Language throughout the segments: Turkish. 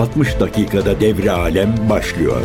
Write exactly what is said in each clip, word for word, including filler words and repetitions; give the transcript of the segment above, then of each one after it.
altmış dakikada devre alem başlıyor.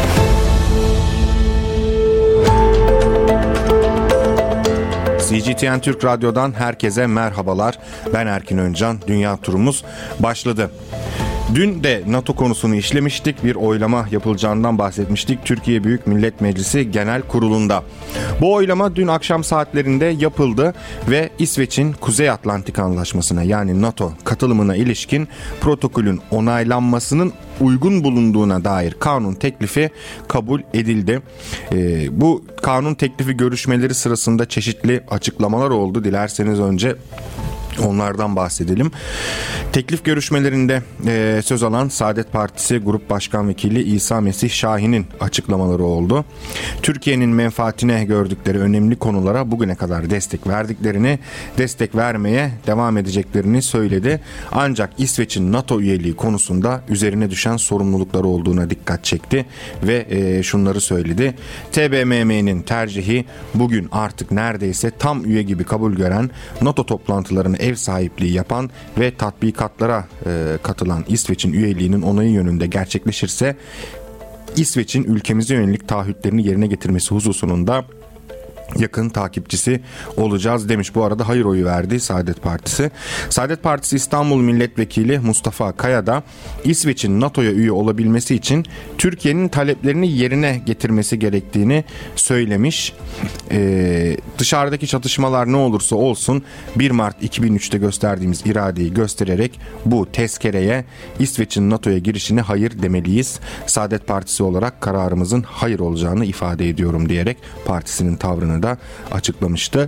C G T N Türk Radyo'dan herkese merhabalar. Ben Erkin Öncan. Dünya turumuz başladı. Dün de NATO konusunu işlemiştik. Bir oylama yapılacağından bahsetmiştik. Türkiye Büyük Millet Meclisi Genel Kurulu'nda. Bu oylama dün akşam saatlerinde yapıldı ve İsveç'in Kuzey Atlantik Anlaşması'na yani NATO katılımına ilişkin protokolün onaylanmasının uygun bulunduğuna dair kanun teklifi kabul edildi. Ee, bu kanun teklifi görüşmeleri sırasında çeşitli açıklamalar oldu. Dilerseniz önce onlardan bahsedelim. Teklif görüşmelerinde e, söz alan Saadet Partisi Grup Başkan Vekili İsa Mesih Şahin'in açıklamaları oldu. Türkiye'nin menfaatine gördükleri önemli konulara bugüne kadar destek verdiklerini, destek vermeye devam edeceklerini söyledi. Ancak İsveç'in NATO üyeliği konusunda üzerine düşen sorumlulukları olduğuna dikkat çekti ve e, şunları söyledi. T B M M'nin tercihi bugün artık neredeyse tam üye gibi kabul gören NATO toplantılarını ev sahipliği yapan ve tatbikatlara e, katılan İsveç'in üyeliğinin onayı yönünde gerçekleşirse İsveç'in ülkemize yönelik taahhütlerini yerine getirmesi hususunda da yakın takipçisi olacağız demiş. Bu arada hayır oyu verdi Saadet Partisi. Saadet Partisi İstanbul Milletvekili Mustafa Kaya da İsveç'in NATO'ya üye olabilmesi için Türkiye'nin taleplerini yerine getirmesi gerektiğini söylemiş. Ee, dışarıdaki çatışmalar ne olursa olsun bir Mart iki bin üçte gösterdiğimiz iradeyi göstererek bu tezkereye İsveç'in NATO'ya girişine hayır demeliyiz. Saadet Partisi olarak kararımızın hayır olacağını ifade ediyorum diyerek partisinin tavrını da açıklamıştı.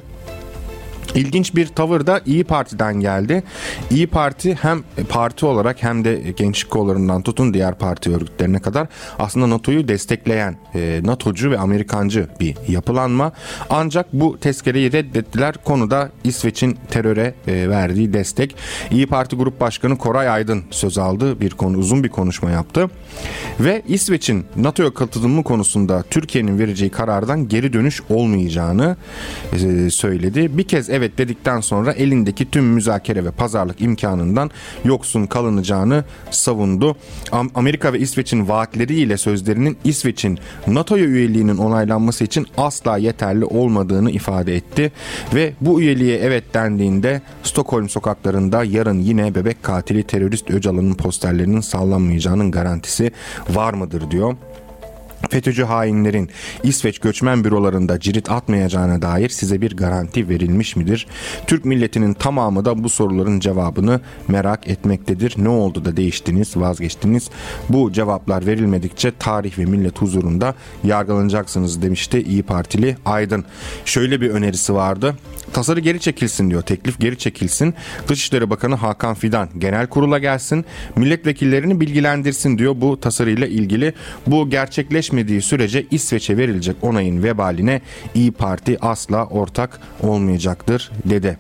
İlginç bir tavır da İyi Parti'den geldi. İyi Parti hem parti olarak hem de gençlik kollarından tutun diğer parti örgütlerine kadar aslında NATO'yu destekleyen e, NATO'cu ve Amerikancı bir yapılanma. Ancak bu tezkereyi reddettiler. Konuda İsveç'in teröre e, verdiği destek. İyi Parti Grup Başkanı Koray Aydın söz aldı. Bir konu uzun bir konuşma yaptı. Ve İsveç'in NATO'ya katılımı konusunda Türkiye'nin vereceği karardan geri dönüş olmayacağını e, söyledi. Bir kez evet dedikten sonra elindeki tüm müzakere ve pazarlık imkanından yoksun kalınacağını savundu. Amerika ve İsveç'in vaatleriyle sözlerinin İsveç'in NATO'ya üyeliğinin onaylanması için asla yeterli olmadığını ifade etti ve bu üyeliğe evet dendiğinde Stockholm sokaklarında yarın yine bebek katili terörist Öcalan'ın posterlerinin sallanmayacağının garantisi var mıdır diyor. FETÖ'cü hainlerin İsveç göçmen bürolarında cirit atmayacağına dair size bir garanti verilmiş midir? Türk milletinin tamamı da bu soruların cevabını merak etmektedir. Ne oldu da değiştiniz, vazgeçtiniz? Bu cevaplar verilmedikçe tarih ve millet huzurunda yargılanacaksınız demişti İyi Partili Aydın. Şöyle bir önerisi vardı. Tasarı geri çekilsin diyor. Teklif geri çekilsin. Dışişleri Bakanı Hakan Fidan genel kurula gelsin. Milletvekillerini bilgilendirsin diyor bu tasarıyla ilgili. Bu gerçekleşmediği sürece İsveç'e verilecek onayın vebaline İyi Parti asla ortak olmayacaktır dedi.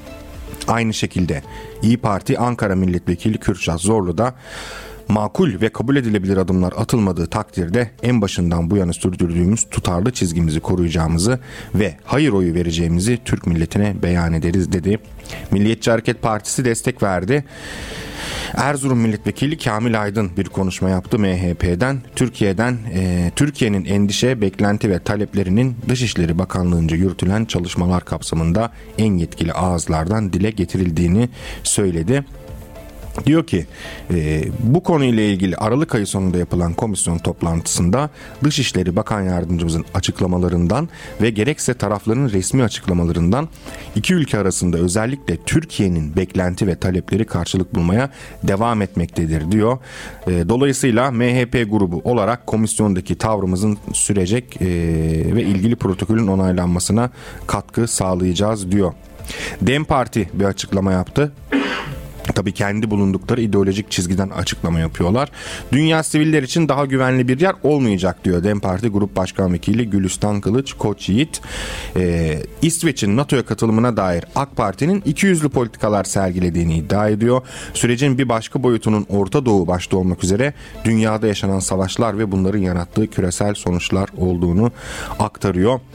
Aynı şekilde İyi Parti Ankara Milletvekili Kürşat Zorlu da makul ve kabul edilebilir adımlar atılmadığı takdirde en başından bu yana sürdürdüğümüz tutarlı çizgimizi koruyacağımızı ve hayır oyu vereceğimizi Türk milletine beyan ederiz dedi. Milliyetçi Hareket Partisi destek verdi. Erzurum Milletvekili Kamil Aydın bir konuşma yaptı M H P'den. Türkiye'den e, Türkiye'nin endişe, beklenti ve taleplerinin Dışişleri Bakanlığı'nca yürütülen çalışmalar kapsamında en yetkili ağızlardan dile getirildiğini söyledi. Diyor ki e, bu konuyla ilgili Aralık ayı sonunda yapılan komisyon toplantısında Dışişleri Bakan Yardımcımızın açıklamalarından ve gerekse tarafların resmi açıklamalarından iki ülke arasında özellikle Türkiye'nin beklenti ve talepleri karşılık bulmaya devam etmektedir diyor. E, dolayısıyla M H P grubu olarak komisyondaki tavrımızın sürecek e, ve ilgili protokolün onaylanmasına katkı sağlayacağız diyor. DEM Parti bir açıklama yaptı. Tabii kendi bulundukları ideolojik çizgiden açıklama yapıyorlar. Dünya siviller için daha güvenli bir yer olmayacak diyor DEM Parti Grup Başkan Vekili Gülistan Kılıç Koçyiğit. Ee, İsveç'in NATO'ya katılımına dair AK Parti'nin ikiyüzlü politikalar sergilediğini iddia ediyor. Sürecin bir başka boyutunun Orta Doğu başta olmak üzere dünyada yaşanan savaşlar ve bunların yarattığı küresel sonuçlar olduğunu aktarıyor.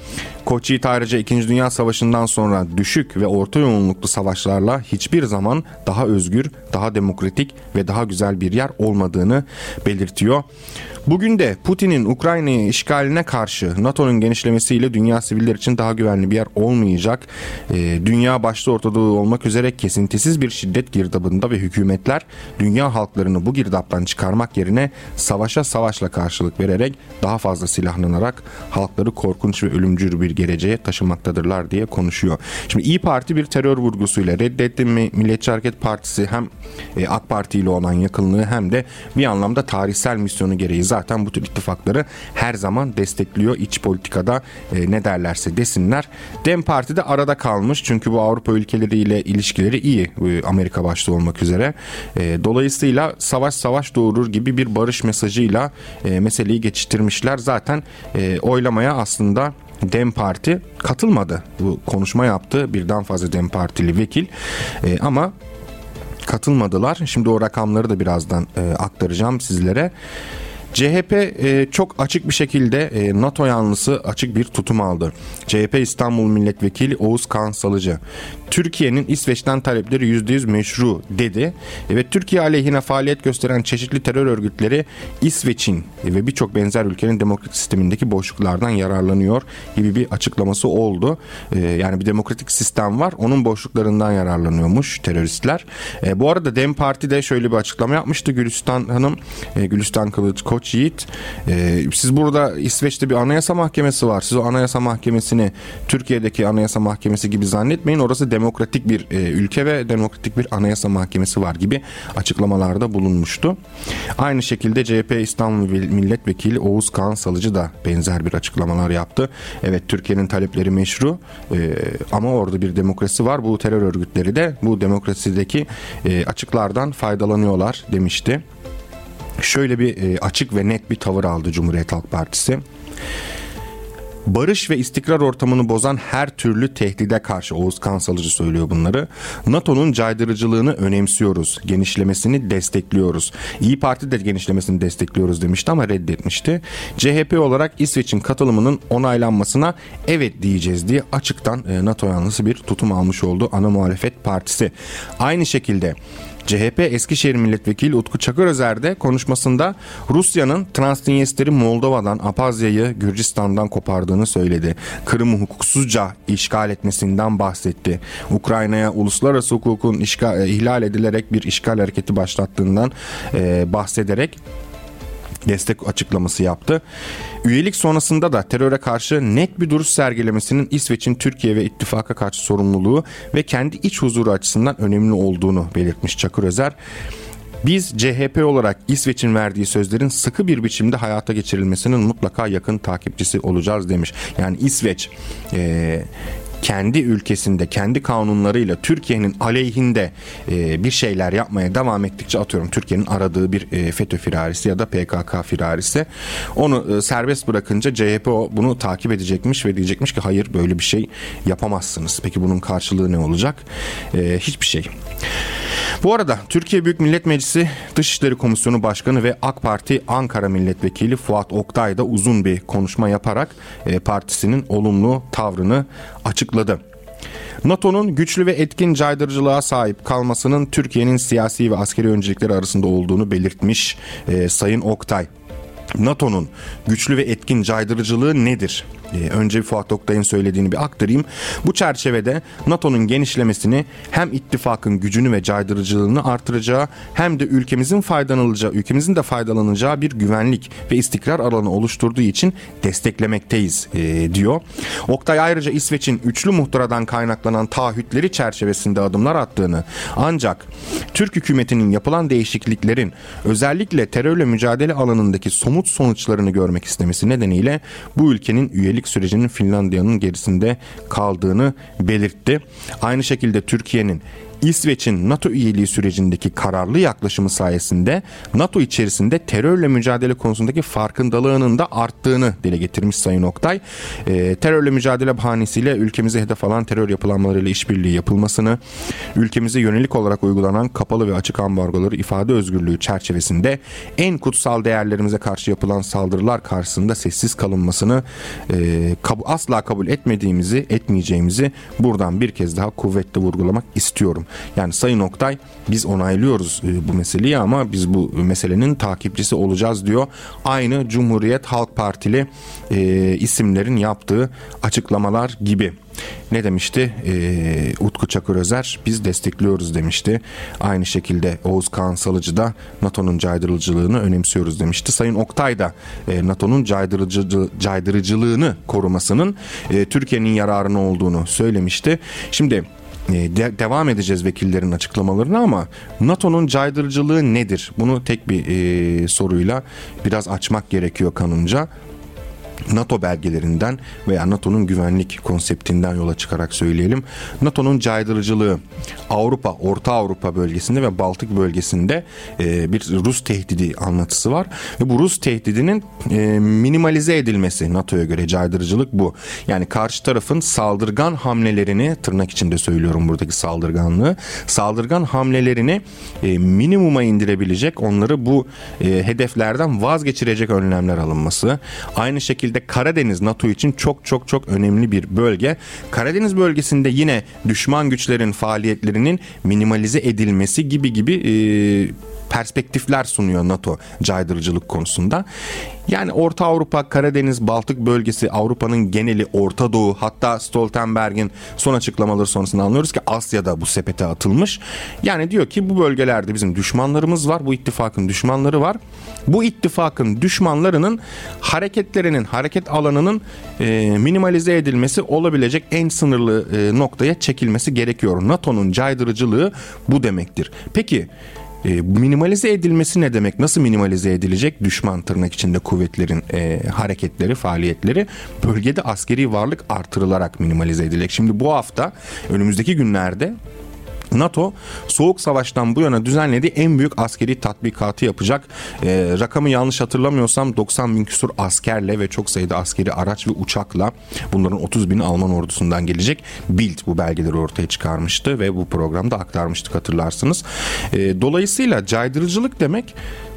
Koç Yiğit ayrıca İkinci Dünya Savaşı'ndan sonra düşük ve orta yoğunluklu savaşlarla hiçbir zaman daha özgür, daha demokratik ve daha güzel bir yer olmadığını belirtiyor. Bugün de Putin'in Ukrayna'yı işgaline karşı NATO'nun genişlemesiyle dünya siviller için daha güvenli bir yer olmayacak. E, dünya başta Orta Doğu olmak üzere kesintisiz bir şiddet girdabında ve hükümetler dünya halklarını bu girdaptan çıkarmak yerine savaşa savaşla karşılık vererek daha fazla silahlanarak halkları korkunç ve ölümcül bir geleceğe taşımaktadırlar diye konuşuyor. Şimdi İYİ Parti bir terör vurgusuyla reddetti. Milliyetçi Hareket Partisi hem e, AK Parti ile olan yakınlığı hem de bir anlamda tarihsel misyonu gereği zaten bu tür ittifakları her zaman destekliyor. İç politikada e, ne derlerse desinler. Dem Parti de arada kalmış çünkü bu Avrupa ülkeleriyle ilişkileri iyi, e, Amerika başta olmak üzere. E, dolayısıyla savaş savaş doğurur gibi bir barış mesajıyla e, meseleyi geçiştirmişler. Zaten e, oylamaya aslında Dem Parti katılmadı. Bu konuşma yaptı birden fazla Dem Partili vekil e, ama katılmadılar. Şimdi o rakamları da birazdan e, aktaracağım sizlere. C H P e, çok açık bir şekilde e, NATO yanlısı açık bir tutum aldı. C H P İstanbul Milletvekili Oğuz Kağan Salıcı, Türkiye'nin İsveç'ten talepleri yüzde yüz meşru dedi ve Türkiye aleyhine faaliyet gösteren çeşitli terör örgütleri İsveç'in ve birçok benzer ülkenin demokratik sistemindeki boşluklardan yararlanıyor gibi bir açıklaması oldu. E, yani bir demokratik sistem var, onun boşluklarından yararlanıyormuş teröristler. E, bu arada Dem Parti de şöyle bir açıklama yapmıştı Gülistan Hanım, e, Gülistan Kılıç Koç Yiğit, e, siz burada İsveç'te bir anayasa mahkemesi var. Siz o anayasa mahkemesini Türkiye'deki anayasa mahkemesi gibi zannetmeyin. Orası demokratik bir e, ülke ve demokratik bir anayasa mahkemesi var gibi açıklamalarda bulunmuştu. Aynı şekilde C H P İstanbul Milletvekili Oğuz Kağan Salıcı da benzer bir açıklamalar yaptı. Evet, Türkiye'nin talepleri meşru e, ama orada bir demokrasi var. Bu terör örgütleri de bu demokrasideki e, açıklardan faydalanıyorlar demişti. Şöyle bir e, açık ve net bir tavır aldı Cumhuriyet Halk Partisi. Barış ve istikrar ortamını bozan her türlü tehdide karşı, Oğuz Kağan Salıcı söylüyor bunları, NATO'nun caydırıcılığını önemsiyoruz, genişlemesini destekliyoruz. İYİ Parti de genişlemesini destekliyoruz demişti ama reddetmişti. C H P olarak İsveç'in katılımının onaylanmasına evet diyeceğiz diye açıktan e, NATO yanlısı bir tutum almış oldu ana muhalefet partisi. Aynı şekilde C H P Eskişehir Milletvekili Utku Çakırözer de konuşmasında Rusya'nın Transnistri Moldova'dan, Apazya'yı Gürcistan'dan kopardığını söyledi. Kırım'ı hukuksuzca işgal etmesinden bahsetti. Ukrayna'ya uluslararası hukukun işgal, ihlal edilerek bir işgal hareketi başlattığından e, bahsederek destek açıklaması yaptı. Üyelik sonrasında da teröre karşı net bir duruş sergilemesinin İsveç'in Türkiye ve ittifaka karşı sorumluluğu ve kendi iç huzuru açısından önemli olduğunu belirtmiş Çakırözer. Biz C H P olarak İsveç'in verdiği sözlerin sıkı bir biçimde hayata geçirilmesinin mutlaka yakın takipçisi olacağız demiş. Yani İsveç e, kendi ülkesinde, kendi kanunlarıyla Türkiye'nin aleyhinde e, bir şeyler yapmaya devam ettikçe, atıyorum Türkiye'nin aradığı bir e, FETÖ firarisi ya da P K K firarisi, onu e, serbest bırakınca C H P o, bunu takip edecekmiş ve diyecekmiş ki hayır, böyle bir şey yapamazsınız. Peki bunun karşılığı ne olacak? E, hiçbir şey. Bu arada Türkiye Büyük Millet Meclisi Dışişleri Komisyonu Başkanı ve AK Parti Ankara Milletvekili Fuat Oktay da uzun bir konuşma yaparak e, partisinin olumlu tavrını açıkladı. NATO'nun güçlü ve etkin caydırıcılığa sahip kalmasının Türkiye'nin siyasi ve askeri öncelikleri arasında olduğunu belirtmiş e, Sayın Oktay. NATO'nun güçlü ve etkin caydırıcılığı nedir? Ee, önce Fuat Oktay'ın söylediğini bir aktarayım. Bu çerçevede NATO'nun genişlemesini hem ittifakın gücünü ve caydırıcılığını artıracağı hem de ülkemizin faydalanacağı, ülkemizin de faydalanacağı bir güvenlik ve istikrar alanı oluşturduğu için desteklemekteyiz e, diyor. Oktay ayrıca İsveç'in üçlü muhtıradan kaynaklanan taahhütleri çerçevesinde adımlar attığını, ancak Türk hükümetinin yapılan değişikliklerin özellikle terörle mücadele alanındaki somut sonuçlarını görmek istemesi nedeniyle bu ülkenin üyelik sürecinin Finlandiya'nın gerisinde kaldığını belirtti. Aynı şekilde Türkiye'nin İsveç'in NATO üyeliği sürecindeki kararlı yaklaşımı sayesinde NATO içerisinde terörle mücadele konusundaki farkındalığının da arttığını dile getirmiş Sayın Oktay. E, terörle mücadele bahanesiyle ülkemize hedef alan terör yapılanmalarıyla işbirliği yapılmasını, ülkemize yönelik olarak uygulanan kapalı ve açık ambargoları ifade özgürlüğü çerçevesinde en kutsal değerlerimize karşı yapılan saldırılar karşısında sessiz kalınmasını e, kab- asla kabul etmediğimizi, etmeyeceğimizi buradan bir kez daha kuvvetle vurgulamak istiyorum. Yani Sayın Oktay, biz onaylıyoruz e, bu meseleyi ama biz bu meselenin takipçisi olacağız diyor. Aynı Cumhuriyet Halk Partili e, isimlerin yaptığı açıklamalar gibi. Ne demişti? Ee, Utku Çakırözer, biz destekliyoruz demişti. Aynı şekilde Oğuz Kağan Salıcı da NATO'nun caydırıcılığını önemsiyoruz demişti. Sayın Oktay da e, NATO'nun caydırıcı, caydırıcılığını korumasının e, Türkiye'nin yararına olduğunu söylemişti. Şimdi De- devam edeceğiz vekillerin açıklamalarına ama NATO'nun caydırıcılığı nedir? Bunu tek bir e, soruyla biraz açmak gerekiyor kanunca. NATO belgelerinden veya NATO'nun güvenlik konseptinden yola çıkarak söyleyelim. NATO'nun caydırıcılığı Avrupa, Orta Avrupa bölgesinde ve Baltık bölgesinde e, bir Rus tehdidi anlatısı var. Ve bu Rus tehdidinin e, minimalize edilmesi, NATO'ya göre caydırıcılık bu. Yani karşı tarafın saldırgan hamlelerini, tırnak içinde söylüyorum buradaki saldırganlığı, saldırgan hamlelerini e, minimuma indirebilecek, onları bu e, hedeflerden vazgeçirecek önlemler alınması. Aynı şekilde Karadeniz NATO için çok çok çok önemli bir bölge. Karadeniz bölgesinde yine düşman güçlerin faaliyetlerinin minimalize edilmesi gibi gibi e, perspektifler sunuyor NATO caydırıcılık konusunda. Yani Orta Avrupa, Karadeniz, Baltık bölgesi, Avrupa'nın geneli, Orta Doğu, hatta Stoltenberg'in son açıklamaları sonrasında anlıyoruz ki Asya'da bu sepete atılmış. Yani diyor ki bu bölgelerde bizim düşmanlarımız var, bu ittifakın düşmanları var. Bu ittifakın düşmanlarının hareketlerinin, hareket alanının e, minimalize edilmesi, olabilecek en sınırlı e, noktaya çekilmesi gerekiyor. NATO'nun caydırıcılığı bu demektir. Peki E, minimalize edilmesi ne demek? Nasıl minimalize edilecek? Düşman tırnak içinde kuvvetlerin e, hareketleri, faaliyetleri bölgede askeri varlık artırılarak minimalize edilecek. Şimdi bu hafta, önümüzdeki günlerde NATO Soğuk Savaş'tan bu yana düzenlediği en büyük askeri tatbikatı yapacak. Ee, rakamı yanlış hatırlamıyorsam doksan bin küsur askerle ve çok sayıda askeri araç ve uçakla, bunların otuz bini Alman ordusundan gelecek. Bild bu belgeleri ortaya çıkarmıştı ve bu programda aktarmıştık, hatırlarsınız. Ee, dolayısıyla caydırıcılık demek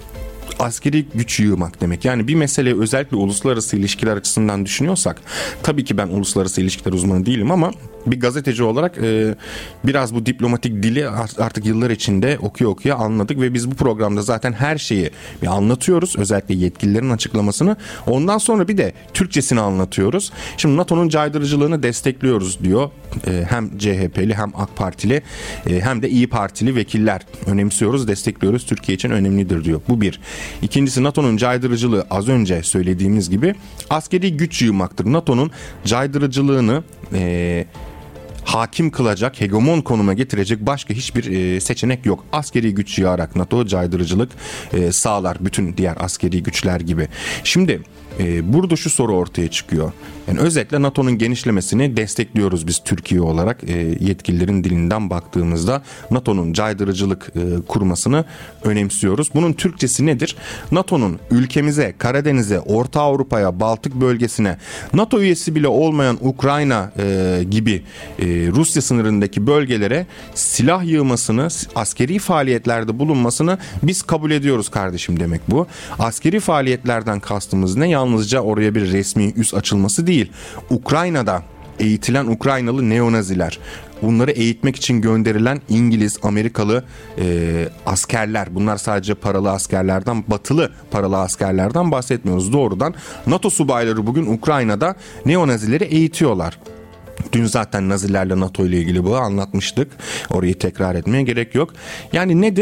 askeri güç yığmak demek. Yani bir meseleyi özellikle uluslararası ilişkiler açısından düşünüyorsak, tabii ki ben uluslararası ilişkiler uzmanı değilim ama bir gazeteci olarak e, biraz bu diplomatik dili artık yıllar içinde okuya okuya anladık ve biz bu programda zaten her şeyi bir anlatıyoruz. Özellikle yetkililerin açıklamasını. Ondan sonra bir de Türkçesini anlatıyoruz. Şimdi NATO'nun caydırıcılığını destekliyoruz diyor. E, hem C H P'li hem AK Partili e, hem de İyi Partili vekiller. Önemsiyoruz, destekliyoruz. Türkiye için önemlidir diyor. Bu bir. İkincisi, NATO'nun caydırıcılığı az önce söylediğimiz gibi askeri güç yığmaktır. NATO'nun caydırıcılığını e, hakim kılacak, hegemon konuma getirecek başka hiçbir e, seçenek yok. Askeri güç yığarak NATO caydırıcılık e, sağlar, bütün diğer askeri güçler gibi. Şimdi e, burada şu soru ortaya çıkıyor. Yani özetle NATO'nun genişlemesini destekliyoruz biz Türkiye olarak. E, yetkililerin dilinden baktığımızda NATO'nun caydırıcılık e, kurmasını önemsiyoruz. Bunun Türkçesi nedir? NATO'nun ülkemize, Karadeniz'e, Orta Avrupa'ya, Baltık bölgesine, NATO üyesi bile olmayan Ukrayna e, gibi e, Rusya sınırındaki bölgelere silah yığmasını, askeri faaliyetlerde bulunmasını biz kabul ediyoruz kardeşim demek bu. Askeri faaliyetlerden kastımız ne? Yalnızca oraya bir resmi üs açılması değil. Ukrayna'da eğitilen Ukraynalı neonaziler, bunları eğitmek için gönderilen İngiliz, Amerikalı e, askerler, bunlar sadece paralı askerlerden, batılı paralı askerlerden bahsetmiyoruz. Doğrudan NATO subayları bugün Ukrayna'da neonazileri eğitiyorlar. Dün zaten Nazilerle NATO ile ilgili bu anlatmıştık. Orayı tekrar etmeye gerek yok. Yani nedir?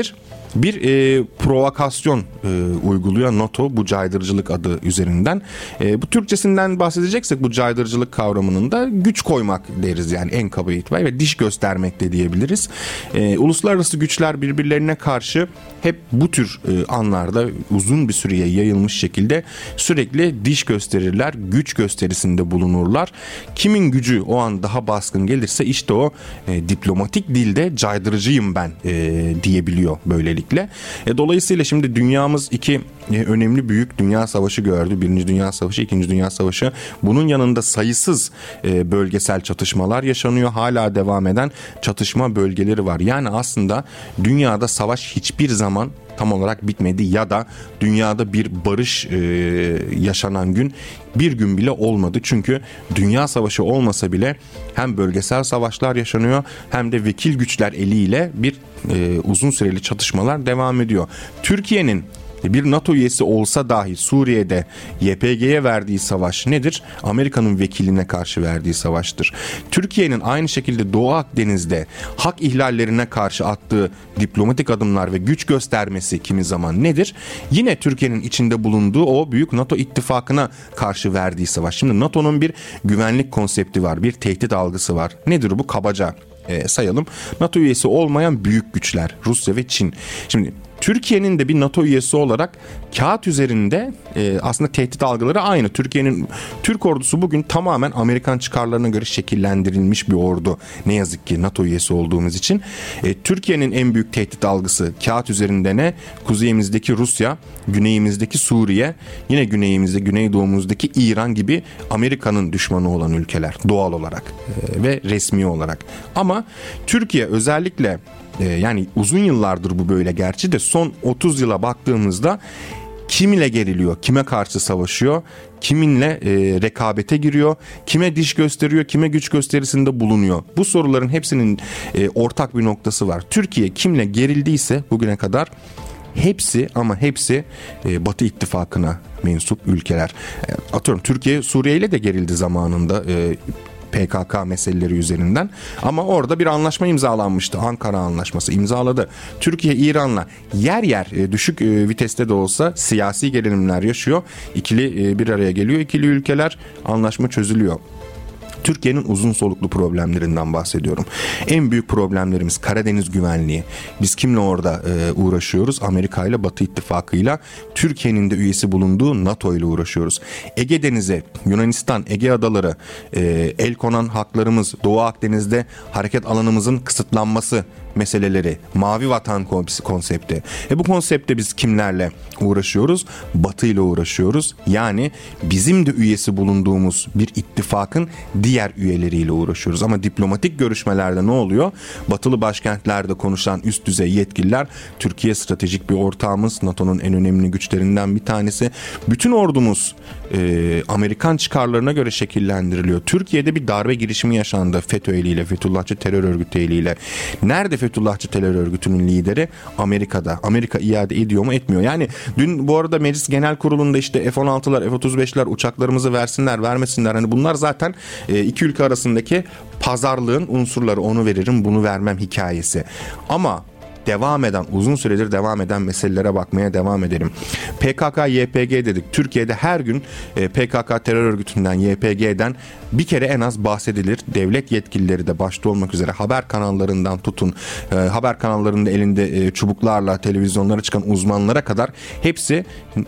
bir e, provokasyon e, uyguluyor NATO bu caydırıcılık adı üzerinden. E, bu Türkçesinden bahsedeceksek bu caydırıcılık kavramının da güç koymak deriz yani en kaba itibariyle ve diş göstermek de diyebiliriz. E, uluslararası güçler birbirlerine karşı hep bu tür e, anlarda uzun bir süreye yayılmış şekilde sürekli diş gösterirler, güç gösterisinde bulunurlar. Kimin gücü o an daha baskın gelirse işte o e, diplomatik dilde caydırıcıyım ben e, diyebiliyor böylelikle. E, dolayısıyla şimdi dünyamız iki e, önemli büyük dünya savaşı gördü. Birinci Dünya Savaşı, İkinci Dünya Savaşı. Bunun yanında sayısız e, bölgesel çatışmalar yaşanıyor. Hala devam eden çatışma bölgeleri var. Yani aslında dünyada savaş hiçbir zaman tam olarak bitmedi ya da dünyada bir barış e, yaşanan gün bir gün bile olmadı. Çünkü dünya savaşı olmasa bile hem bölgesel savaşlar yaşanıyor hem de vekil güçler eliyle bir e, uzun süreli çatışmalar devam ediyor. Türkiye'nin bir NATO üyesi olsa dahi Suriye'de Y P G'ye verdiği savaş nedir? Amerika'nın vekiline karşı verdiği savaştır. Türkiye'nin aynı şekilde Doğu Akdeniz'de hak ihlallerine karşı attığı diplomatik adımlar ve güç göstermesi kimi zaman nedir? Yine Türkiye'nin içinde bulunduğu o büyük NATO ittifakına karşı verdiği savaş. Şimdi NATO'nun bir güvenlik konsepti var, bir tehdit algısı var. Nedir bu? Kabaca e, sayalım. NATO üyesi olmayan büyük güçler Rusya ve Çin. Şimdi Türkiye'nin de bir NATO üyesi olarak kağıt üzerinde e, aslında tehdit algıları aynı. Türkiye'nin Türk ordusu bugün tamamen Amerikan çıkarlarına göre şekillendirilmiş bir ordu. Ne yazık ki NATO üyesi olduğumuz için. E, Türkiye'nin en büyük tehdit algısı kağıt üzerinde ne? Kuzeyimizdeki Rusya, güneyimizdeki Suriye, yine güneyimizde, güneydoğumuzdaki İran gibi Amerika'nın düşmanı olan ülkeler doğal olarak e, ve resmi olarak. Ama Türkiye özellikle yani uzun yıllardır bu böyle gerçi de son otuz yıla baktığımızda kim ile geriliyor, kime karşı savaşıyor, kiminle e, rekabete giriyor, kime diş gösteriyor, kime güç gösterisinde bulunuyor. Bu soruların hepsinin e, ortak bir noktası var. Türkiye kimle gerildiyse bugüne kadar hepsi ama hepsi e, Batı ittifakına mensup ülkeler. E, atıyorum Türkiye Suriye ile de gerildi zamanında. E, P K K meseleleri üzerinden ama orada bir anlaşma imzalanmıştı. Ankara Anlaşması imzaladı. Türkiye İran'la yer yer düşük viteste de olsa siyasi gerilimler yaşıyor. İkili bir araya geliyor. İkili ülkeler, anlaşma çözülüyor. Türkiye'nin uzun soluklu problemlerinden bahsediyorum. En büyük problemlerimiz Karadeniz güvenliği. Biz kimle orada e, uğraşıyoruz? Amerika ile Batı ittifakıyla, Türkiye'nin de üyesi bulunduğu NATO ile uğraşıyoruz. Ege Denizi, Yunanistan, Ege Adaları, e, el konan haklarımız, Doğu Akdeniz'de hareket alanımızın kısıtlanması meseleleri, mavi vatan konsepti. E bu konsepte biz kimlerle uğraşıyoruz? Batı ile uğraşıyoruz. Yani bizim de üyesi bulunduğumuz bir ittifakın diğer üyeleriyle uğraşıyoruz. Ama diplomatik görüşmelerde ne oluyor? Batılı başkentlerde konuşan üst düzey yetkililer, Türkiye stratejik bir ortağımız, NATO'nun en önemli güçlerinden bir tanesi. Bütün ordumuz e, Amerikan çıkarlarına göre şekillendiriliyor. Türkiye'de bir darbe girişimi yaşandı FETÖ eliyle, Fethullahçı terör örgütü eliyle. Nerede Fethullahçı terör örgütünün lideri? Amerika'da. Amerika iade ediyor mu, etmiyor? Yani dün bu arada Meclis Genel Kurulu'nda işte F on altılar, F otuz beşler uçaklarımızı versinler, vermesinler. Hani bunlar zaten e, iki ülke arasındaki pazarlığın unsurları. Onu veririm, bunu vermem hikayesi. Ama devam eden, uzun süredir devam eden meselelere bakmaya devam edelim. P K K Y P G dedik. Türkiye'de her gün P K K terör örgütünden, Y P G'den bir kere en az bahsedilir. Devlet yetkilileri de başta olmak üzere haber kanallarından tutun, haber kanallarında elinde çubuklarla televizyonlara çıkan uzmanlara kadar hepsi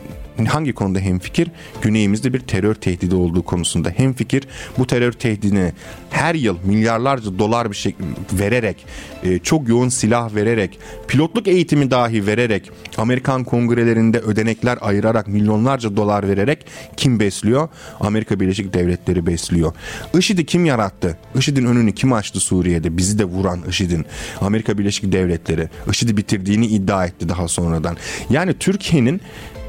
hangi konuda hemfikir? Güneyimizde bir terör tehdidi olduğu konusunda hemfikir. Bu terör tehdidini her yıl milyarlarca dolar bir şey vererek, çok yoğun silah vererek, pilotluk eğitimi dahi vererek, Amerikan kongrelerinde ödenekler ayırarak, milyonlarca dolar vererek kim besliyor? Amerika Birleşik Devletleri besliyor. IŞİD'i kim yarattı? IŞİD'in önünü kim açtı Suriye'de? Bizi de vuran IŞİD'in. Amerika Birleşik Devletleri. IŞİD'i bitirdiğini iddia etti daha sonradan. Yani Türkiye'nin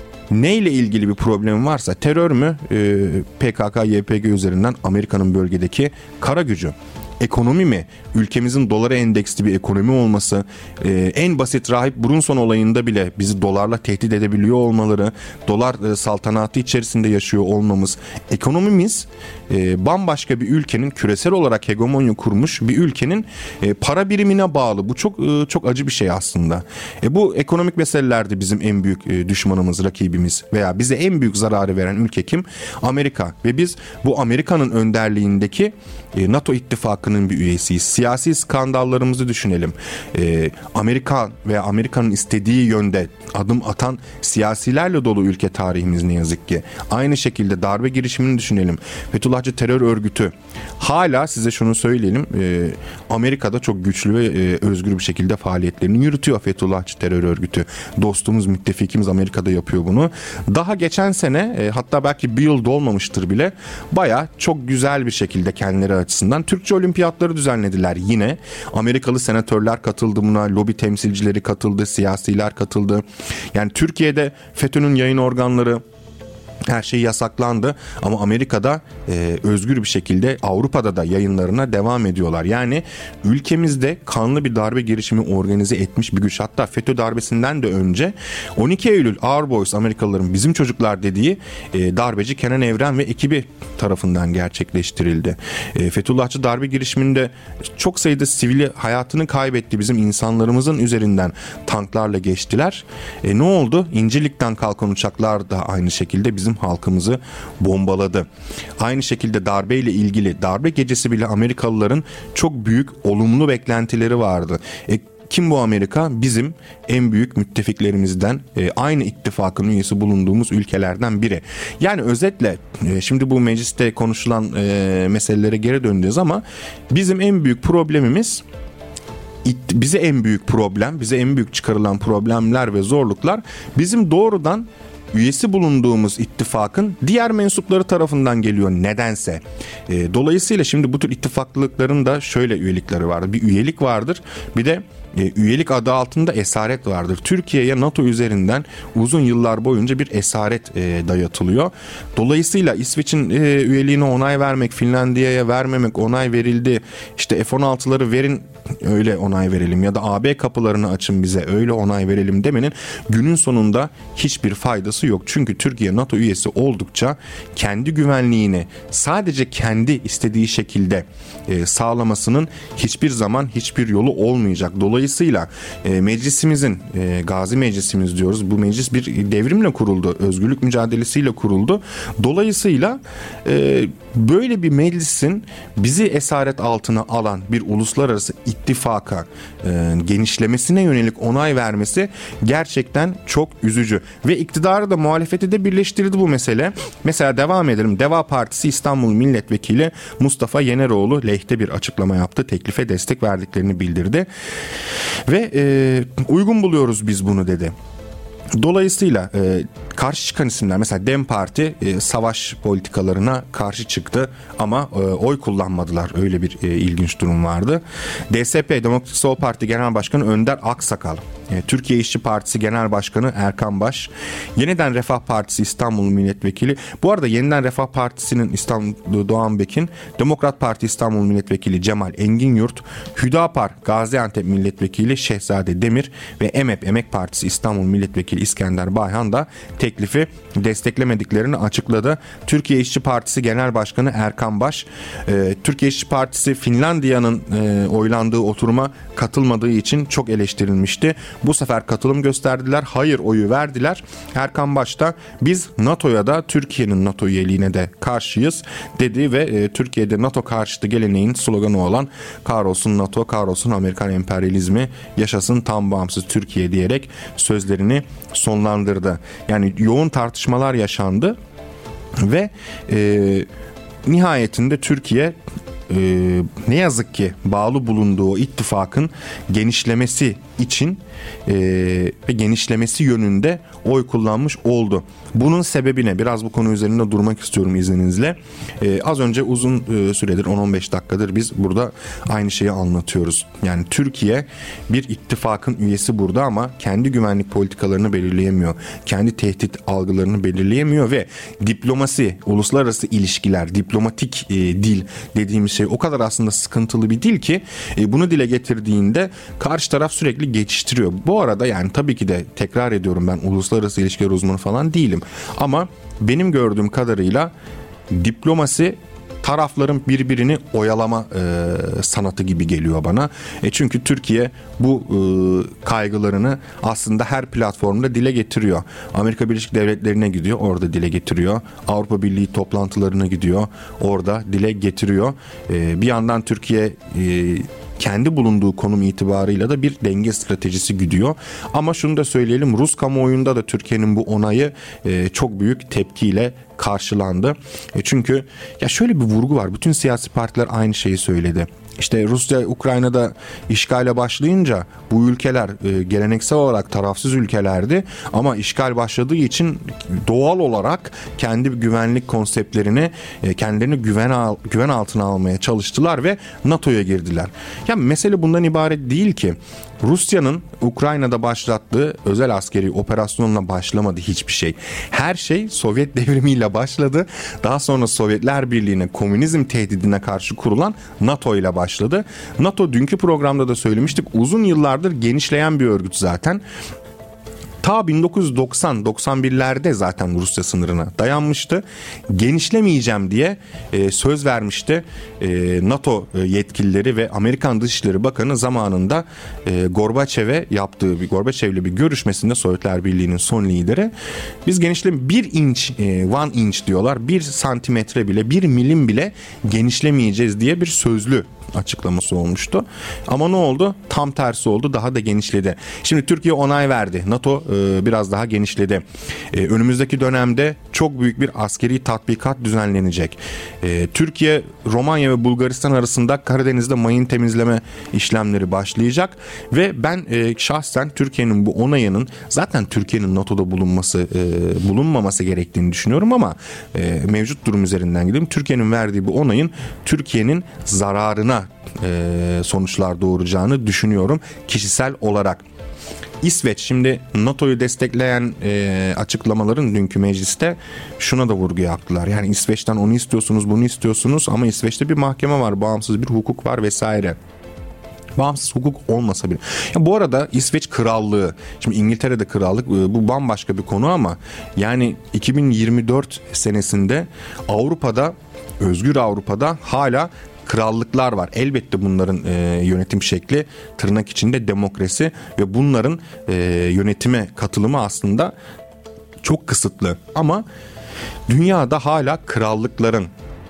neyle ilgili bir problem varsa, terör mü, e, P K K Y P G üzerinden Amerika'nın bölgedeki kara gücü. Ekonomi mi? Ülkemizin dolara endeksli bir ekonomi olması, e, en basit Rahip Brunson olayında bile bizi dolarla tehdit edebiliyor olmaları, dolar e, saltanatı içerisinde yaşıyor olmamız, ekonomimiz e, bambaşka bir ülkenin, küresel olarak hegemonya kurmuş bir ülkenin e, para birimine bağlı. Bu çok e, çok acı bir şey aslında. E, bu ekonomik meselelerde bizim en büyük e, düşmanımız, rakibimiz veya bize en büyük zararı veren ülke kim? Amerika. Ve biz bu Amerika'nın önderliğindeki e, NATO ittifakının bir üyesiyiz. Siyasi skandallarımızı düşünelim. E, Amerika veya Amerika'nın istediği yönde adım atan siyasilerle dolu ülke tarihimiz ne yazık ki. Aynı şekilde darbe girişimini düşünelim. Fethullahçı terör örgütü. Hala size şunu söyleyelim. E, Amerika'da çok güçlü ve e, özgür bir şekilde faaliyetlerini yürütüyor Fethullahçı terör örgütü. Dostumuz, müttefikimiz Amerika'da yapıyor bunu. Daha geçen sene e, hatta belki bir yıl dolmamıştır bile, baya çok güzel bir şekilde kendileri açısından Türkçe olimpiyatları düzenlediler yine. Amerikalı senatörler katıldı buna, lobi temsilcileri katıldı, siyasiler katıldı. Yani Türkiye'de FETÖ'nün yayın organları, her şey yasaklandı ama Amerika'da e, özgür bir şekilde, Avrupa'da da yayınlarına devam ediyorlar. Yani ülkemizde kanlı bir darbe girişimi organize etmiş bir güç. Hatta FETÖ darbesinden de önce on iki Eylül Our Boys, Amerikalıların bizim çocuklar dediği e, darbeci Kenan Evren ve ekibi tarafından gerçekleştirildi. E, Fethullahçı darbe girişiminde çok sayıda sivili hayatını kaybetti. Bizim insanlarımızın üzerinden tanklarla geçtiler. E, ne oldu? İncirlik'ten kalkan uçaklar da aynı şekilde bizim halkımızı bombaladı. Aynı şekilde darbeyle ilgili, darbe gecesi bile Amerikalıların çok büyük olumlu beklentileri vardı. E, kim bu Amerika? Bizim en büyük müttefiklerimizden, e, aynı ittifakın üyesi bulunduğumuz ülkelerden biri. Yani özetle e, şimdi bu mecliste konuşulan e, meselelere geri döneceğiz ama bizim en büyük problemimiz, bize en büyük problem, bize en büyük çıkarılan problemler ve zorluklar bizim doğrudan üyesi bulunduğumuz ittifakın diğer mensupları tarafından geliyor nedense. E, dolayısıyla şimdi bu tür ittifaklıkların da şöyle üyelikleri vardır. Bir üyelik vardır, bir de e, üyelik adı altında esaret vardır. Türkiye'ye NATO üzerinden uzun yıllar boyunca bir esaret e, dayatılıyor. Dolayısıyla İsveç'in e, üyeliğine onay vermek, Finlandiya'ya vermemek, onay verildi. İşte F on altıları verin, öyle onay verelim ya da A B kapılarını açın bize, öyle onay verelim demenin günün sonunda hiçbir faydası yok. Çünkü Türkiye NATO üyesi oldukça kendi güvenliğini sadece kendi istediği şekilde e, sağlamasının hiçbir zaman hiçbir yolu olmayacak. Dolayısıyla e, meclisimizin, e, Gazi Meclisimiz diyoruz. Bu meclis bir devrimle kuruldu. Özgürlük mücadelesiyle kuruldu. Dolayısıyla e, böyle bir meclisin bizi esaret altına alan bir uluslararası ittifaka e, genişlemesine yönelik onay vermesi gerçekten çok üzücü. Ve iktidarı da muhalefeti de birleştirdi bu mesele. Mesela devam edelim. Deva Partisi İstanbul Milletvekili Mustafa Yeneroğlu lehte bir açıklama yaptı. Teklife destek verdiklerini bildirdi. Ve e, uygun buluyoruz biz bunu dedi. Dolayısıyla e, karşı çıkan isimler, mesela DEM Parti e, savaş politikalarına karşı çıktı ama e, oy kullanmadılar. Öyle bir e, ilginç durum vardı. D S P, Demokratik Sol Parti Genel Başkanı Önder Aksakal, e, Türkiye İşçi Partisi Genel Başkanı Erkan Baş, Yeniden Refah Partisi İstanbul Milletvekili, bu arada Yeniden Refah Partisi'nin İstanbul Doğan Bekin, Demokrat Parti İstanbul Milletvekili Cemal Enginyurt, Hüdapar Gaziantep Milletvekili Şehzade Demir ve EMEP Emek Partisi İstanbul Milletvekili İskender Bayhan da teklifi desteklemediklerini açıkladı. Türkiye İşçi Partisi Genel Başkanı Erkan Baş, e, Türkiye İşçi Partisi Finlandiya'nın e, oylandığı oturuma katılmadığı için çok eleştirilmişti. Bu sefer katılım gösterdiler, hayır oyu verdiler. Erkan Baş da biz NATO'ya da Türkiye'nin NATO üyeliğine de karşıyız dedi ve e, Türkiye'de NATO karşıtı geleneğin sloganı olan kahrolsun NATO, kahrolsun Amerikan emperyalizmi, yaşasın tam bağımsız Türkiye diyerek sözlerini sonlandırdı. Yani yoğun tartışmalar yaşandı ve e, nihayetinde Türkiye e, ne yazık ki bağlı bulunduğu ittifakın genişlemesi için e, ve genişlemesi yönünde oy kullanmış oldu. Bunun sebebine biraz bu konu üzerinde durmak istiyorum izninizle. E, az önce uzun e, süredir on on beş dakikadır biz burada aynı şeyi anlatıyoruz. Yani Türkiye bir ittifakın üyesi burada ama kendi güvenlik politikalarını belirleyemiyor. Kendi tehdit algılarını belirleyemiyor ve diplomasi, uluslararası ilişkiler, diplomatik e, dil dediğimiz şey o kadar aslında sıkıntılı bir dil ki e, bunu dile getirdiğinde karşı taraf sürekli geçiştiriyor. Bu arada yani tabii ki de tekrar ediyorum, ben uluslararası ilişkiler uzmanı falan değilim. Ama benim gördüğüm kadarıyla diplomasi tarafların birbirini oyalama e, sanatı gibi geliyor bana. E çünkü Türkiye bu e, kaygılarını aslında her platformda dile getiriyor. Amerika Birleşik Devletleri'ne gidiyor, orada dile getiriyor. Avrupa Birliği toplantılarına gidiyor, orada dile getiriyor. E, bir yandan Türkiye e, kendi bulunduğu konum itibarıyla da bir denge stratejisi güdüyor. Ama şunu da söyleyelim, Rus kamuoyunda da Türkiye'nin bu onayı e, çok büyük tepkiyle karşılandı. E çünkü ya şöyle bir vurgu var. Bütün siyasi partiler aynı şeyi söyledi. İşte Rusya Ukrayna'da işgale başlayınca bu ülkeler e, geleneksel olarak tarafsız ülkelerdi ama işgal başladığı için doğal olarak kendi güvenlik konseptlerini e, kendilerini güven al, güven altına almaya çalıştılar ve NATO'ya girdiler. Ya mesele bundan ibaret değil ki. Rusya'nın Ukrayna'da başlattığı özel askeri operasyonla başlamadı hiçbir şey. Her şey Sovyet devrimiyle başladı. Daha sonra Sovyetler Birliği'ne, komünizm tehdidine karşı kurulan NATO ile başladı. NATO, dünkü programda da söylemiştik, uzun yıllardır genişleyen bir örgüt zaten. Ta bin dokuz yüz doksan doksan birlerde zaten Rusya sınırına dayanmıştı. Genişlemeyeceğim diye e, söz vermişti e, NATO yetkilileri ve Amerikan Dışişleri Bakanı zamanında e, Gorbaçev'e yaptığı bir Gorbaçev'le bir görüşmesinde, Sovyetler Birliği'nin son lideri, biz genişleme bir inç, e, one inch diyorlar, bir santimetre bile, bir milim bile genişlemeyeceğiz diye bir sözlü açıklaması olmuştu. Ama ne oldu? Tam tersi oldu. Daha da genişledi. Şimdi Türkiye onay verdi. NATO e, biraz daha genişledi. E, önümüzdeki dönemde çok büyük bir askeri tatbikat düzenlenecek. E, Türkiye, Romanya ve Bulgaristan arasında Karadeniz'de mayın temizleme işlemleri başlayacak ve ben e, şahsen Türkiye'nin bu onayının, zaten Türkiye'nin NATO'da bulunması e, bulunmaması gerektiğini düşünüyorum ama e, mevcut durum üzerinden gidelim. Türkiye'nin verdiği bu onayın Türkiye'nin zararına e, sonuçlar doğuracağını düşünüyorum kişisel olarak. İsveç, şimdi NATO'yu destekleyen e, açıklamaların dünkü mecliste şuna da vurgu yaptılar. Yani İsveç'ten onu istiyorsunuz, bunu istiyorsunuz ama İsveç'te bir mahkeme var, bağımsız bir hukuk var vesaire. Bağımsız hukuk olmasa bile. Ya bu arada İsveç krallığı, şimdi İngiltere'de krallık, bu bambaşka bir konu ama yani iki bin yirmi dört senesinde Avrupa'da, özgür Avrupa'da hala krallıklar var. Elbette bunların e, yönetim şekli tırnak içinde demokrasi ve bunların e, yönetime katılımı aslında çok kısıtlı. Ama dünyada hala krallıkların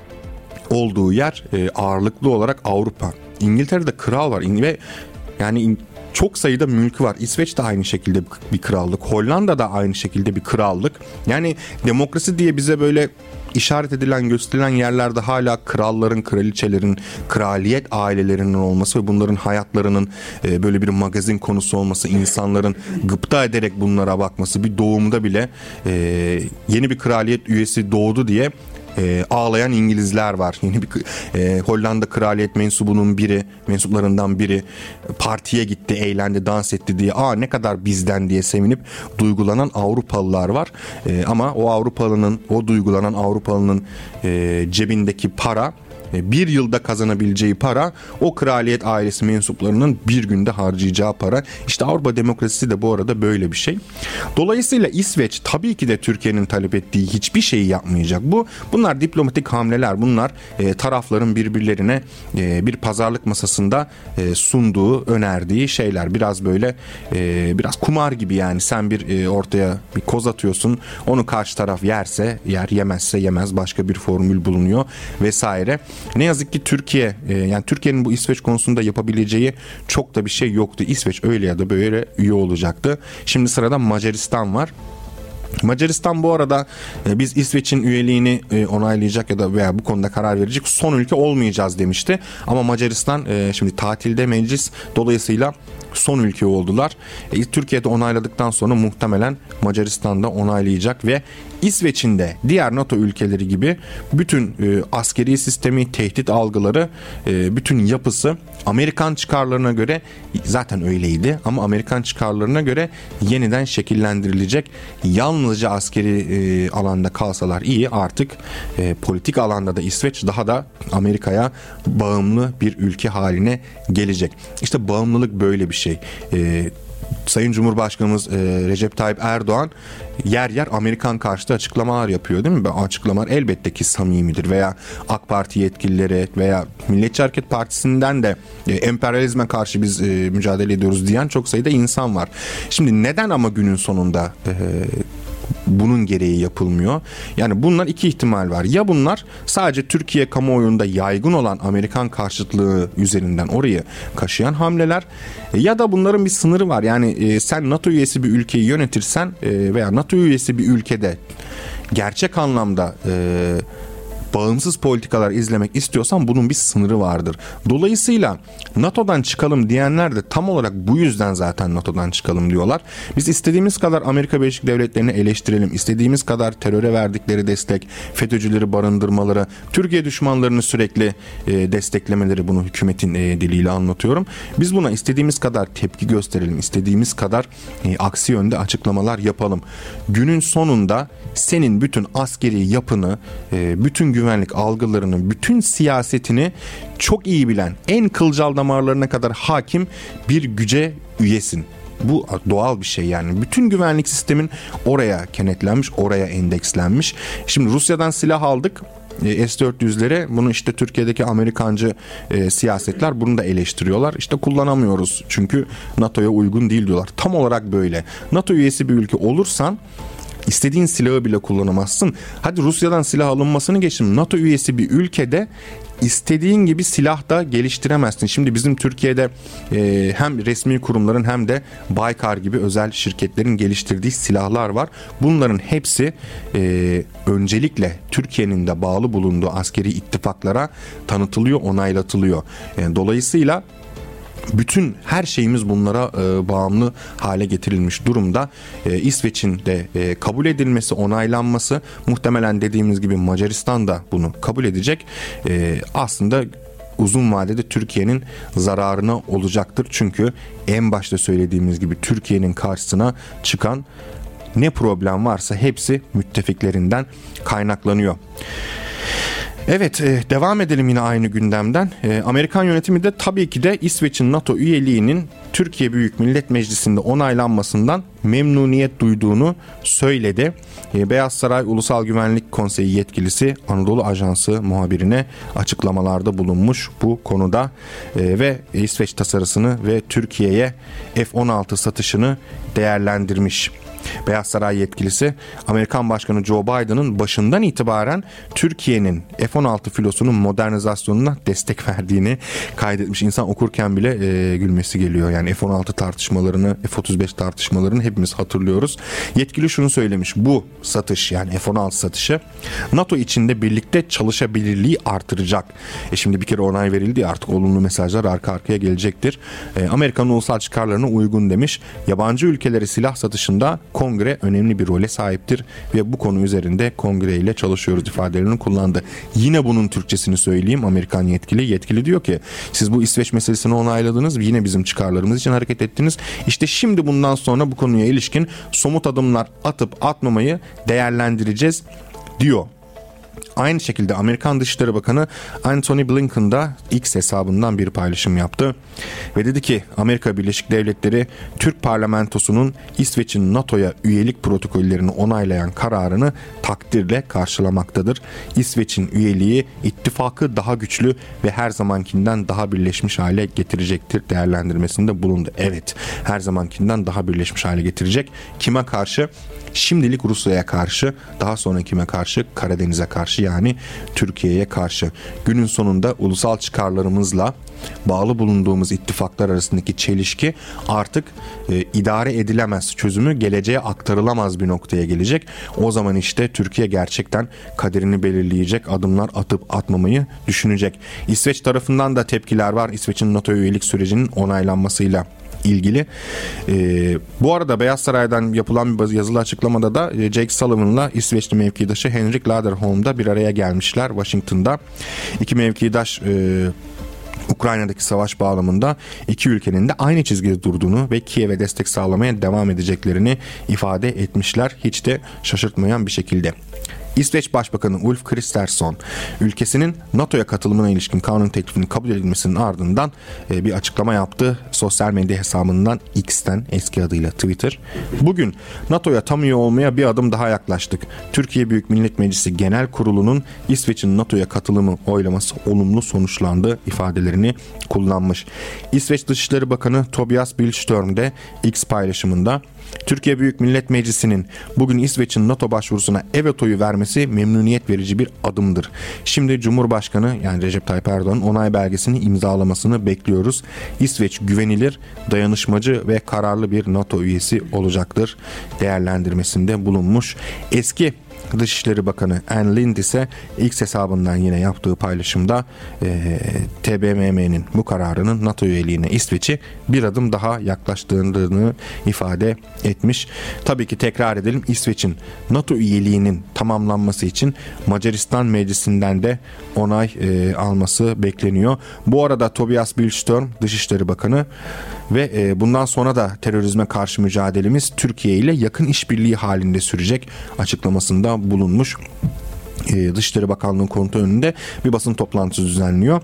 olduğu yer e, ağırlıklı olarak Avrupa. İngiltere'de kral var ve yani çok sayıda mülkü var. İsveç de aynı şekilde bir krallık. Hollanda da aynı şekilde bir krallık. Yani demokrasi diye bize böyle işaret edilen, gösterilen yerlerde hala kralların, kraliçelerin, kraliyet ailelerinin olması ve bunların hayatlarının e, böyle bir magazin konusu olması, insanların gıpta ederek bunlara bakması, bir doğumda bile e, yeni bir kraliyet üyesi doğdu diye E, ağlayan İngilizler var. Yeni bir e, Hollanda kraliyet mensubunun biri, mensuplarından biri partiye gitti, eğlendi, dans etti diye, aa ne kadar bizden diye sevinip duygulanan Avrupalılar var. E, ama o Avrupalının, o duygulanan Avrupalının e, cebindeki para, bir yılda kazanabileceği para, o kraliyet ailesi mensuplarının bir günde harcayacağı para. İşte Avrupa demokrasisi de bu arada böyle bir şey. Dolayısıyla İsveç tabii ki de Türkiye'nin talep ettiği hiçbir şeyi yapmayacak. Bu bunlar diplomatik hamleler. Bunlar e, tarafların birbirlerine e, bir pazarlık masasında e, sunduğu, önerdiği şeyler. Biraz böyle e, biraz kumar gibi yani. Sen bir e, ortaya bir koz atıyorsun. Onu karşı taraf yerse yer, yemezse yemez. Başka bir formül bulunuyor vesaire. Ne yazık ki Türkiye, yani Türkiye'nin bu İsveç konusunda yapabileceği çok da bir şey yoktu. İsveç öyle ya da böyle üye olacaktı. Şimdi sırada Macaristan var. Macaristan bu arada e, biz İsveç'in üyeliğini e, onaylayacak ya da veya bu konuda karar verecek son ülke olmayacağız demişti. Ama Macaristan e, şimdi tatilde meclis, dolayısıyla son ülke oldular. E, Türkiye'de onayladıktan sonra muhtemelen Macaristan da onaylayacak ve İsveç'in de diğer NATO ülkeleri gibi bütün e, askeri sistemi, tehdit algıları, e, bütün yapısı Amerikan çıkarlarına göre zaten öyleydi ama Amerikan çıkarlarına göre yeniden şekillendirilecek. Yalnızca askeri e, alanda kalsalar iyi, artık e, politik alanda da İsveç daha da Amerika'ya bağımlı bir ülke haline gelecek. İşte bağımlılık böyle bir şey. E, Sayın Cumhurbaşkanımız e, Recep Tayyip Erdoğan yer yer Amerikan karşıtı açıklamalar yapıyor, değil mi? Bu açıklamalar elbette ki samimidir. Veya AK Parti yetkilileri veya Milliyetçi Hareket Partisi'nden de e, emperyalizme karşı biz e, mücadele ediyoruz diyen çok sayıda insan var. Şimdi neden ama günün sonunda e, bunun gereği yapılmıyor? Yani bunlar iki ihtimal var. Ya bunlar sadece Türkiye kamuoyunda yaygın olan Amerikan karşıtlığı üzerinden orayı kaşıyan hamleler, ya da bunların bir sınırı var. Yani e, sen NATO üyesi bir ülkeyi yönetirsen e, veya NATO üyesi bir ülkede gerçek anlamda e, bağımsız politikalar izlemek istiyorsan bunun bir sınırı vardır. Dolayısıyla NATO'dan çıkalım diyenler de tam olarak bu yüzden zaten NATO'dan çıkalım diyorlar. Biz istediğimiz kadar Amerika Birleşik Devletleri'ni eleştirelim, istediğimiz kadar teröre verdikleri destek, FETÖ'cüleri barındırmaları, Türkiye düşmanlarını sürekli e, desteklemeleri, bunu hükümetin e, diliyle anlatıyorum. Biz buna istediğimiz kadar tepki gösterelim, istediğimiz kadar e, aksi yönde açıklamalar yapalım. Günün sonunda senin bütün askeri yapını, e, bütün güvenlik algılarını, bütün siyasetini çok iyi bilen, en kılcal damarlarına kadar hakim bir güce üyesin. Bu doğal bir şey yani. Bütün güvenlik sistemin oraya kenetlenmiş, oraya endekslenmiş. Şimdi Rusya'dan silah aldık, S dört yüzlere. Bunu işte Türkiye'deki Amerikancı e, siyasetler bunu da eleştiriyorlar. İşte kullanamıyoruz çünkü NATO'ya uygun değil diyorlar. Tam olarak böyle. NATO üyesi bir ülke olursan İstediğin silahı bile kullanamazsın. Hadi Rusya'dan silah alınmasını geçtim. NATO üyesi bir ülkede istediğin gibi silah da geliştiremezsin. Şimdi bizim Türkiye'de e, hem resmi kurumların hem de Baykar gibi özel şirketlerin geliştirdiği silahlar var. Bunların hepsi e, öncelikle Türkiye'nin de bağlı bulunduğu askeri ittifaklara tanıtılıyor, onaylatılıyor. E, dolayısıyla bütün her şeyimiz bunlara e, bağımlı hale getirilmiş durumda. E, İsveç'in de e, kabul edilmesi, onaylanması, muhtemelen dediğimiz gibi Macaristan da bunu kabul edecek. E, aslında uzun vadede Türkiye'nin zararına olacaktır. Çünkü en başta söylediğimiz gibi Türkiye'nin karşısına çıkan ne problem varsa hepsi müttefiklerinden kaynaklanıyor. Evet, devam edelim yine aynı gündemden. Amerikan yönetimi de tabii ki de İsveç'in NATO üyeliğinin Türkiye Büyük Millet Meclisi'nde onaylanmasından memnuniyet duyduğunu söyledi. Beyaz Saray Ulusal Güvenlik Konseyi yetkilisi Anadolu Ajansı muhabirine açıklamalarda bulunmuş bu konuda ve İsveç tasarısını ve Türkiye'ye F on altı satışını değerlendirmiş. Beyaz Saray yetkilisi Amerikan Başkanı Joe Biden'ın başından itibaren Türkiye'nin F on altı filosunun modernizasyonuna destek verdiğini kaydetmiş. İnsan okurken bile e, gülmesi geliyor. Yani F on altı tartışmalarını, F otuz beş tartışmalarını hepimiz hatırlıyoruz. Yetkili şunu söylemiş: bu satış, yani F on altı satışı NATO içinde birlikte çalışabilirliği artıracak. E şimdi bir kere onay verildi, artık olumlu mesajlar arka arkaya gelecektir. E, Amerika'nın ulusal çıkarlarına uygun demiş. Yabancı ülkelere silah satışında Kongre önemli bir role sahiptir ve bu konu üzerinde Kongre ile çalışıyoruz ifadelerini kullandı. Yine bunun Türkçesini söyleyeyim. Amerikan yetkili yetkili diyor ki, siz bu İsveç meselesini onayladınız, yine bizim çıkarlarımız için hareket ettiniz. İşte şimdi bundan sonra bu konuya ilişkin somut adımlar atıp atmamayı değerlendireceğiz diyor. Aynı şekilde Amerikan Dışişleri Bakanı Antony Blinken da X hesabından bir paylaşım yaptı ve dedi ki Amerika Birleşik Devletleri Türk parlamentosunun İsveç'in NATO'ya üyelik protokollerini onaylayan kararını takdirle karşılamaktadır. İsveç'in üyeliği ittifakı daha güçlü ve her zamankinden daha birleşmiş hale getirecektir değerlendirmesinde bulundu. Evet, her zamankinden daha birleşmiş hale getirecek. Kime karşı? Şimdilik Rusya'ya karşı, daha sonra kime karşı? Karadeniz'e karşı, yani Türkiye'ye karşı. Günün sonunda ulusal çıkarlarımızla bağlı bulunduğumuz ittifaklar arasındaki çelişki artık e, idare edilemez, çözümü geleceğe aktarılamaz bir noktaya gelecek. O zaman işte Türkiye gerçekten kaderini belirleyecek adımlar atıp atmamayı düşünecek. İsveç tarafından da tepkiler var. İsveç'in NATO üyelik sürecinin onaylanmasıyla ilgili. Ee, bu arada Beyaz Saray'dan yapılan bir yazılı açıklamada da Jake Sullivan'la İsveçli mevkidaşı Henrik Laderholm'da bir araya gelmişler Washington'da. İki mevkidaş e, Ukrayna'daki savaş bağlamında iki ülkenin de aynı çizgide durduğunu ve Kiev'e destek sağlamaya devam edeceklerini ifade etmişler. Hiç de şaşırtmayan bir şekilde. İsveç Başbakanı Ulf Kristersson ülkesinin NATO'ya katılımına ilişkin kanun teklifinin kabul edilmesinin ardından bir açıklama yaptı. Sosyal medya hesabından X'ten, eski adıyla Twitter. Bugün NATO'ya tam üye olmaya bir adım daha yaklaştık. Türkiye Büyük Millet Meclisi Genel Kurulu'nun İsveç'in NATO'ya katılımı oylaması olumlu sonuçlandı ifadelerini kullanmış. İsveç Dışişleri Bakanı Tobias Billström de X paylaşımında Türkiye Büyük Millet Meclisi'nin bugün İsveç'in NATO başvurusuna evet oyu vermesi memnuniyet verici bir adımdır. Şimdi Cumhurbaşkanı yani Recep Tayyip Erdoğan'ın onay belgesini imzalamasını bekliyoruz. İsveç güvenilir, dayanışmacı ve kararlı bir NATO üyesi olacaktır değerlendirmesinde bulunmuş. Eski Dışişleri Bakanı Ann Linde ise X hesabından yine yaptığı paylaşımda e, T B M M'nin bu kararının NATO üyeliğine İsveç'i bir adım daha yaklaştırdığını ifade etmiş. Tabii ki tekrar edelim, İsveç'in NATO üyeliğinin tamamlanması için Macaristan Meclisi'nden de onay e, alması bekleniyor. Bu arada Tobias Billström Dışişleri Bakanı ve e, bundan sonra da terörizme karşı mücadelemiz Türkiye ile yakın işbirliği halinde sürecek açıklamasında bulunmuş. Ee, Dışişleri Bakanlığı konutu önünde bir basın toplantısı düzenliyor.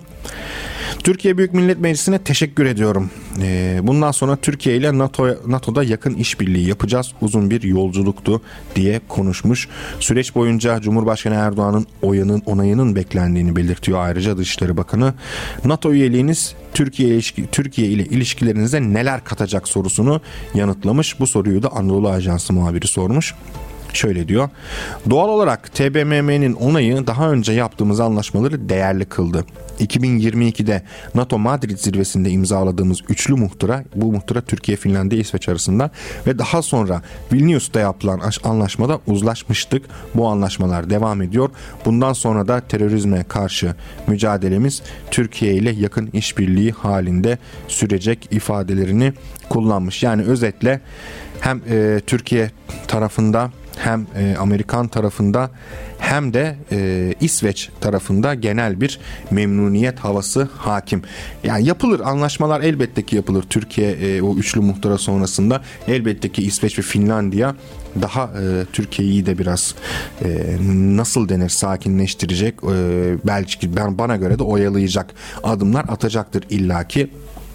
Türkiye Büyük Millet Meclisi'ne teşekkür ediyorum. Ee, bundan sonra Türkiye ile NATO, NATO'da yakın işbirliği yapacağız. Uzun bir yolculuktu diye konuşmuş. Süreç boyunca Cumhurbaşkanı Erdoğan'ın oyunun, onayının beklendiğini belirtiyor ayrıca Dışişleri Bakanı. NATO üyeliğiniz Türkiye, ilişki, Türkiye ile ilişkilerinize neler katacak sorusunu yanıtlamış. Bu soruyu da Anadolu Ajansı muhabiri sormuş. Şöyle diyor. Doğal olarak T B M M'nin onayı daha önce yaptığımız anlaşmaları değerli kıldı. iki bin yirmi ikide NATO Madrid zirvesinde imzaladığımız üçlü muhtıra, bu muhtıra Türkiye, Finlandiya, İsveç arasında ve daha sonra Vilnius'ta yapılan anlaşmada uzlaşmıştık. Bu anlaşmalar devam ediyor. Bundan sonra da terörizme karşı mücadelemiz Türkiye ile yakın işbirliği halinde sürecek ifadelerini kullanmış. Yani özetle hem e, Türkiye tarafında hem e, Amerikan tarafında hem de e, İsveç tarafında genel bir memnuniyet havası hakim. Yani yapılır, anlaşmalar elbette ki yapılır. Türkiye e, o üçlü muhtıra sonrasında elbette ki İsveç ve Finlandiya daha e, Türkiye'yi de biraz e, nasıl denir sakinleştirecek, e, belki ben bana göre de oyalayacak adımlar atacaktır illaki.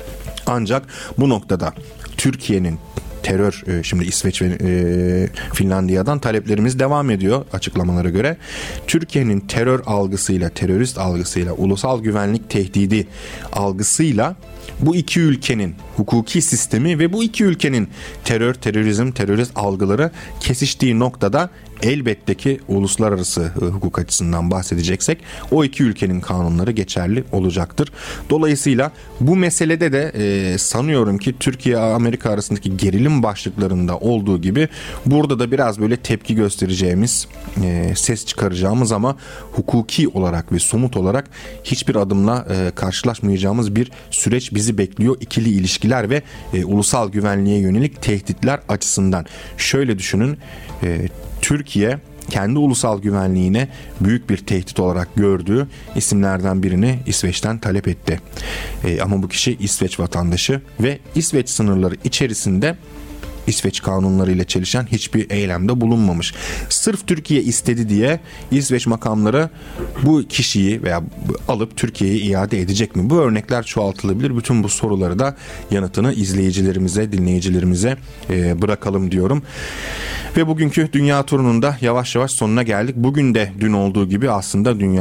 Ancak bu noktada Türkiye'nin terör, şimdi İsveç ve e, Finlandiya'dan taleplerimiz devam ediyor açıklamalara göre. Türkiye'nin terör algısıyla, terörist algısıyla, ulusal güvenlik tehdidi algısıyla bu iki ülkenin hukuki sistemi ve bu iki ülkenin terör, terörizm, terörist algıları kesiştiği noktada elbette ki uluslararası hukuk açısından bahsedeceksek o iki ülkenin kanunları geçerli olacaktır. Dolayısıyla bu meselede de e, sanıyorum ki Türkiye-Amerika arasındaki gerilim başlıklarında olduğu gibi burada da biraz böyle tepki göstereceğimiz, e, ses çıkaracağımız ama hukuki olarak ve somut olarak hiçbir adımla e, karşılaşmayacağımız bir süreç bizi bekliyor. İkili ilişkiler ve e, ulusal güvenliğe yönelik tehditler açısından. Şöyle düşünün, e, Türkiye kendi ulusal güvenliğine büyük bir tehdit olarak gördüğü isimlerden birini İsveç'ten talep etti. E, ama bu kişi İsveç vatandaşı ve İsveç sınırları içerisinde İsveç kanunlarıyla çelişen hiçbir eylemde bulunmamış. Sırf Türkiye istedi diye İsveç makamları bu kişiyi veya alıp Türkiye'ye iade edecek mi? Bu örnekler çoğaltılabilir. Bütün bu soruları da yanıtını izleyicilerimize, dinleyicilerimize e, bırakalım diyorum. Ve bugünkü dünya turunun da yavaş yavaş sonuna geldik. Bugün de dün olduğu gibi aslında dünyada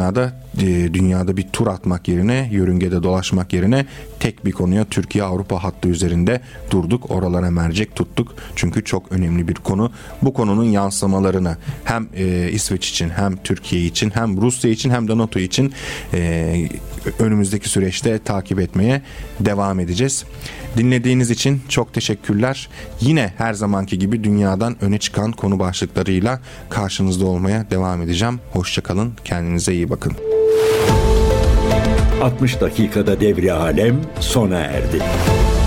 dünyada bir tur atmak yerine, yörüngede dolaşmak yerine tek bir konuya Türkiye-Avrupa hattı üzerinde durduk. Oralara mercek tuttuk. Çünkü çok önemli bir konu. Bu konunun yansımalarını hem e, İsveç için, hem Türkiye için, hem Rusya için, hem de NATO için e, önümüzdeki süreçte takip etmeye devam edeceğiz. Dinlediğiniz için çok teşekkürler. Yine her zamanki gibi dünyadan öne çıkan konu başlıklarıyla karşınızda olmaya devam edeceğim. Hoşça kalın. Kendinize iyi bakın. altmış dakikada devri alem sona erdi.